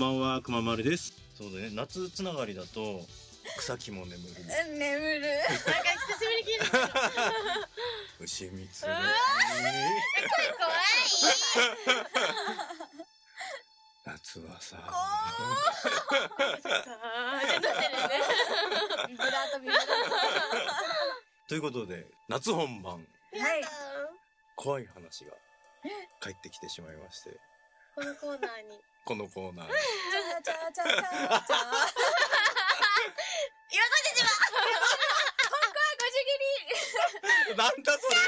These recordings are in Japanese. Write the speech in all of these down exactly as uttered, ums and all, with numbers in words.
ばんは、くままるです。 そうだね、夏つながりだと草木も眠る。 うん、眠る。なんか久しぶりに聞いた。 牛みつる。 怖い。 夏はさ。 さあ、ってなってるね。ブラとビブラ。 ということで、夏本番。 はい。 怖い話が帰ってきてしまいまして。 このコーナーに。 このコーナーに。 チャーチャーチャーチャーチャー。今こんにちは。今回ごじぎり。 なんだそれ。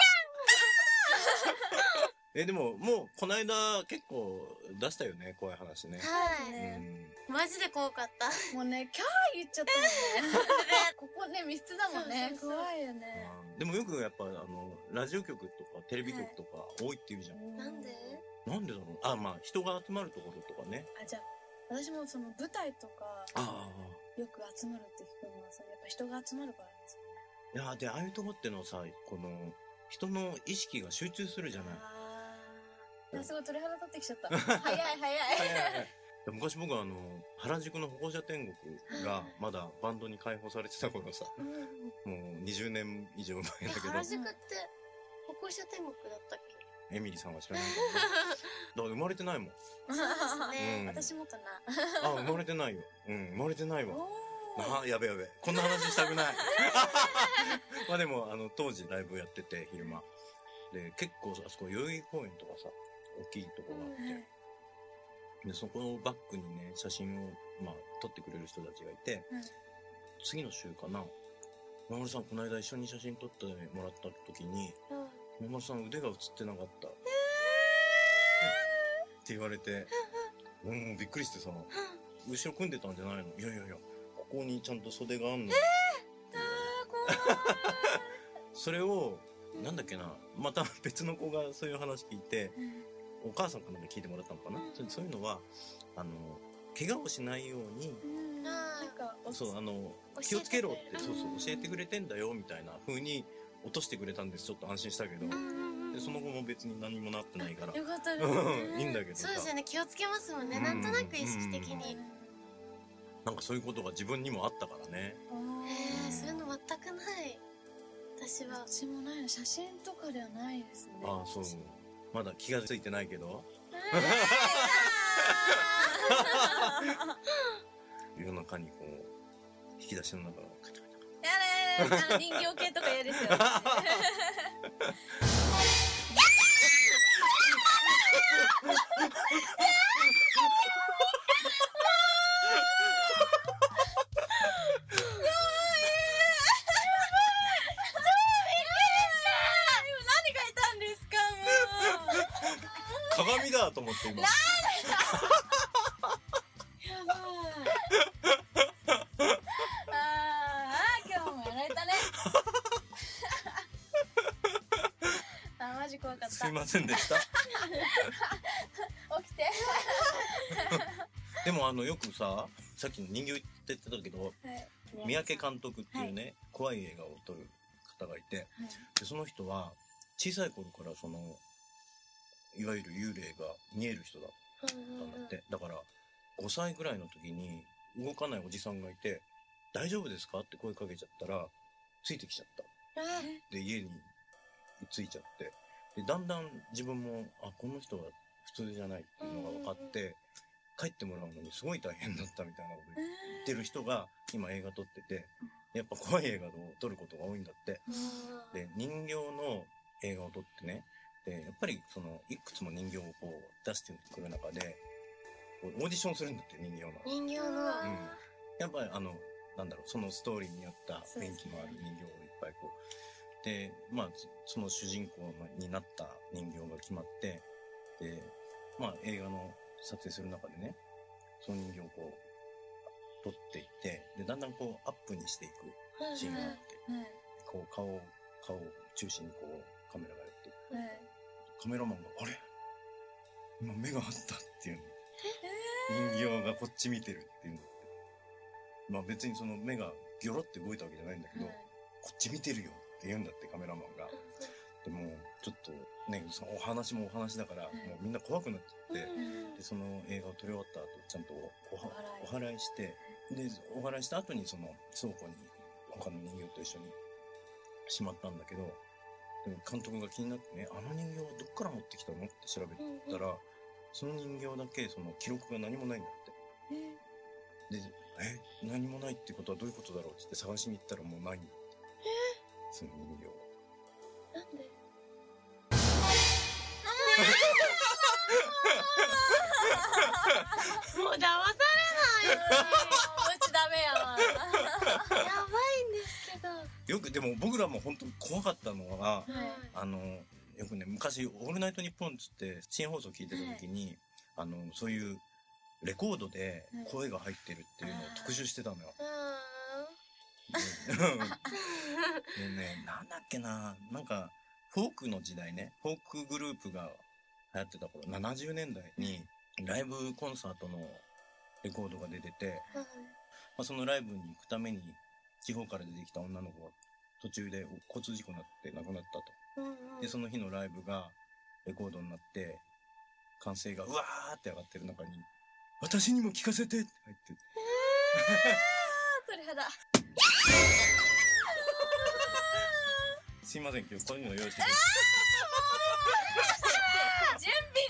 え、でも、もう、この間、結構、出したよね、怖い話ね。 はい。 うん。 マジで怖かった。 もうね、キャー言っちゃったもんね。ここね、密室だもんね。 そうそうそう怖いよね。 でもよくやっぱ、あの、ラジオ局とか、テレビ局とか、多いって言うじゃん。 なんで？ なんでだろう。あ、まあ、人が集まるところとかね。 あ、じゃあ、私もその舞台とか、 あよく集まるって聞くのはさ、やっぱ人が集まるからですよね。 あ。いや、で、ああいうとこってのさ、この、人の意識が集中するじゃない。 あー。すごい鳥肌立ってきちゃった。早い早い。 昔僕はあの、原宿の歩行者天国がまだバンドに開放されてた頃さ、もうにじゅうねん以上前だけど。 原宿って歩行者天国だったっけ？ エミリーさんは知らないけど。だから生まれてないもん。 そうですね。 うん私もかな。 あ、生まれてないよ。うん、生まれてないわ。 おあ、やべやべ。こんな話したくない。まあでも、あの、当時ライブやってて、昼間。で、結構あそこ、代々木公園とかさ、大きいとこがあって。で、そこをバックにね、写真を、まあ、撮ってくれる人たちがいて、 うん次の週かな、まもるさん、この間一緒に写真撮ってもらった時に、まもるさん腕が映ってなかった。えー、って言われて、うん、びっくりしてさ、後ろ組んでたんじゃないの？いやいやいや、ここにちゃんと袖があんの。えー、それを、なんだっけな、また別の子がそういう話聞いて、お母さんから聞いてもらったのかな、うん、そういうのは、あの、怪我をしないように、 うん、なんか、 そう、あの、気をつけろって、そうそう、教えてくれてんだよ、みたいな風に落としてくれたんです。ちょっと安心したけど、でその後も別に何もなってないから。 よかったですね。いいんだけどさ。 そうですよね、気をつけますもんね、なんとなく意識的に。 なんかそういうことが自分にもあったからね。 へえ、そういうの全くない。私は。 私もないの、写真とかではないですね。 ああ、そう。まだ気がついてないけど。夜中にこう、引き出しの中をカチャカチャ。 やれー、人形系とか嫌ですよ。 鏡だと思って今。 やばい。あー、今日もやられたね。あ、マジ怖かった。 すいませんでした。 起きて。 でもあのよくさ、さっきの人形って言ってたけど、はい、三宅監督っていうね、はい、怖い映画を撮る方がいて、はい、でその人は小さい頃からそのいわゆる幽霊が見える人だったんだって。だからごさいぐらいの時に動かないおじさんがいて、大丈夫ですかって声かけちゃったらついてきちゃった。で家に着いちゃって、でだんだん自分もあこの人は普通じゃないっていうのが分かって。帰ってもらうのにすごい大変だったみたいなこと言ってる人が今映画撮ってて、やっぱ怖い映画を撮ることが多いんだって。で、人形の映画を撮ってね、で、やっぱりその、いくつも人形をこう出してくる中で、オーディションするんだって、人形の。 人形の。うん。 やっぱりあの、なんだろう、そのストーリーに合った雰囲気のある人形をいっぱいこう。で、まあ、その主人公になった人形が決まって、で、まあ映画の撮影する中でね、その人形をこう、撮っていって、で、だんだんこう、アップにしていくシーンがあって、こう、顔を、顔を中心にこう、カメラがやって、カメラマンが、あれ今目があったっていうの。人形がこっち見てるっていうのって。まあ別にその目がギョロって動いたわけじゃないんだけど、こっち見てるよって言うんだって、カメラマンが。でも、 ちょっとね、そのお話もお話だから、もうみんな怖くなっちゃって、で、その映画を撮り終わった後、ちゃんとおはお祓いして、で、お祓いした後にその倉庫に他の人形と一緒にしまったんだけど、でも監督が気になってね、あの人形はどっから持ってきたのって調べたら、その人形だけその記録が何もないんだって。で、え、何もないってことはどういうことだろうって探しに行ったらもうないんだって。その人形。 なんでもう騙されないよ。 うちダメやわ。 やばいんですけど。 よくでも僕らも本当に怖かったのは、 はい、 あのよくね昔「オールナイトニッポン」っつって新放送聞いてた時に、はい、あのそういうレコードで声が入ってるっていうのを特集してたのよ。でね、なんだっけな、なんかフォークの時代ね、フォークグループが流行ってた頃、ななじゅうねんだいにライブコンサートのレコードが出てて、まあ、そのライブに行くために地方から出てきた女の子が途中で交通事故になって亡くなったと。で、その日のライブがレコードになって、歓声がうわーって上がってる中に、私にも聞かせてって入ってて。 鳥肌。 すいません、今日こういうの用意してく準備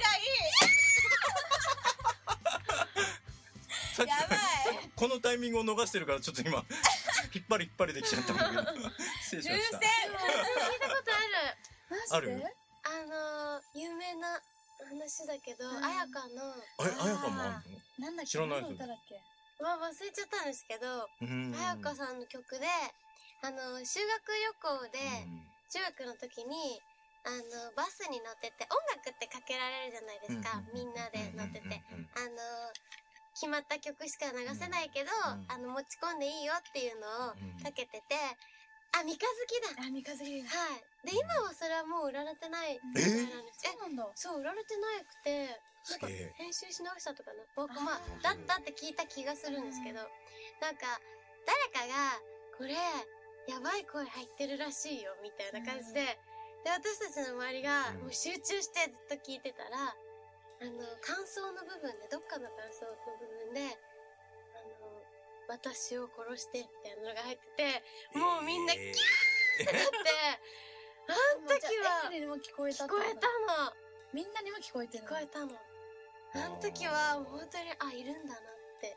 がいい。やばい。 このタイミングを逃してるからちょっと今引っ張り引っ張りできちゃったんだけど失礼しました。 聞いたことある。ある？ あの有名な話だけど、あやかのあれ、あやかもあるの？ なんだっけ？ 知らないぞ。 歌だっけ？ まあ忘れちゃったんですけど、あやかさんの曲で、あの修学旅行で中学の時にあのバスに乗ってて音楽ってかけられるじゃないですか、みんなで乗ってて、あの決まった曲しか流せないけど、あの持ち込んでいいよっていうのをかけてて、あ、三日月だ。 あ、三日月。 はい。で、今はそれはもう売られてないみたいなんです。 え、そうなんだ。 そう、売られてなくて、なんか編集し直したとかな。僕、まあ、だったって聞いた気がするんですけど、なんか、誰かが、これ、やばい声入ってるらしいよ、みたいな感じで、で、私たちの周りが、もう集中してずっと聞いてたら、あの、感想の部分で、どっかの感想の部分で、あの、私を殺してみたいなのが入ってて、もうみんなキャーってなって、あの時はエミリにも聞こえた。 聞こえたの。 みんなにも聞こえてる。 聞こえたの。あの時は本当に、あ、いるんだなって。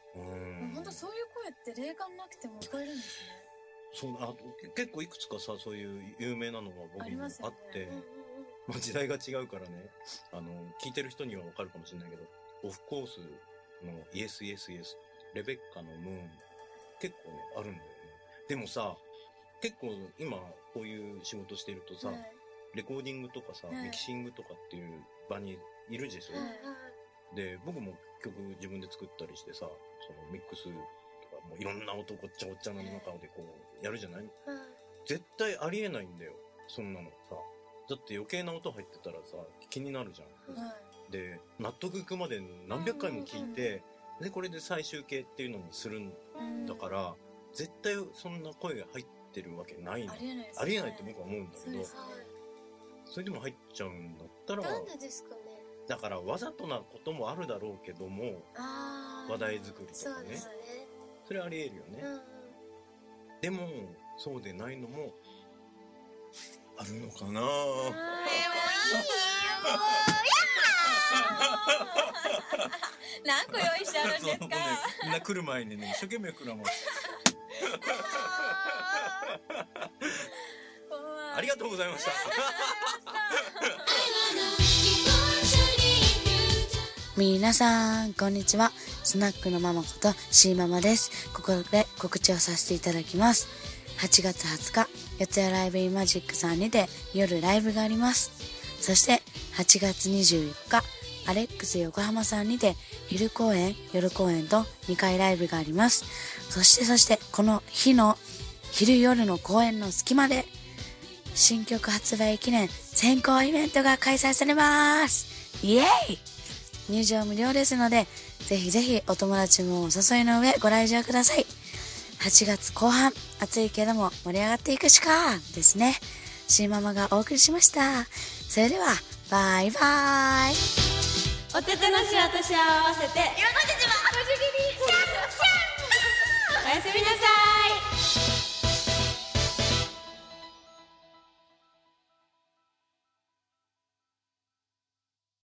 本当そういう声って霊感なくても聞こえるんですね。 そう、あ、結構いくつかさ、そういう有名なのが僕にもあって、 ね、 まあ時代が違うからね、あの、聞いてる人にはわかるかもしれないけど、オフコースのイエスイエスイエス、レベッカのムーン、結構ね、あるんだよね。でもさ、結構今こういう仕事してるとさ、はい、レコーディングとかさ、はい、ミキシングとかっていう場にいるでしょ、はい、で、僕も曲自分で作ったりしてさ、そのミックスとかもういろんな音ごっちゃごっちゃな中でこうやるじゃない、はい、絶対ありえないんだよ、そんなのさ。だって余計な音入ってたらさ、気になるじゃん。はい、で、納得いくまで何百回も聞いて、で、これで最終形っていうのにするんだから、絶対そんな声が入ってるわけないの。ありえないですね。ありえないって僕は思うんだけど、それでも入っちゃうんだったら、 なんでですかね。 だからわざとなこともあるだろうけども、話題作りとかね。そうですね。それはありえるよね。うん、でも、そうでないのも、あるのかなぁ。でもいいよ何個用意してあるんですか？ね、 みんな来る前にね、一生懸命くらもありがとうございました皆さんこんにちは。スナックのママことシーママです。ここで告知をさせていただきます。はちがつはつか四谷ライブインマジックさんにて夜ライブがあります。そしてはちがつにじゅうよっかアレックス横浜さんにて昼公演夜公演とにかいライブがあります。そしてそしてこの日の昼夜の公演の隙間で新曲発売記念先行イベントが開催されます。イエーイ。入場無料ですのでぜひぜひお友達もお誘いの上ご来場ください。はちがつこう半暑いけども盛り上がっていくしかですね。シーママがお送りしました。 それではバイバイ。 お手手のシワとシワを合わせて喜んでしまう。 おやすみなさい。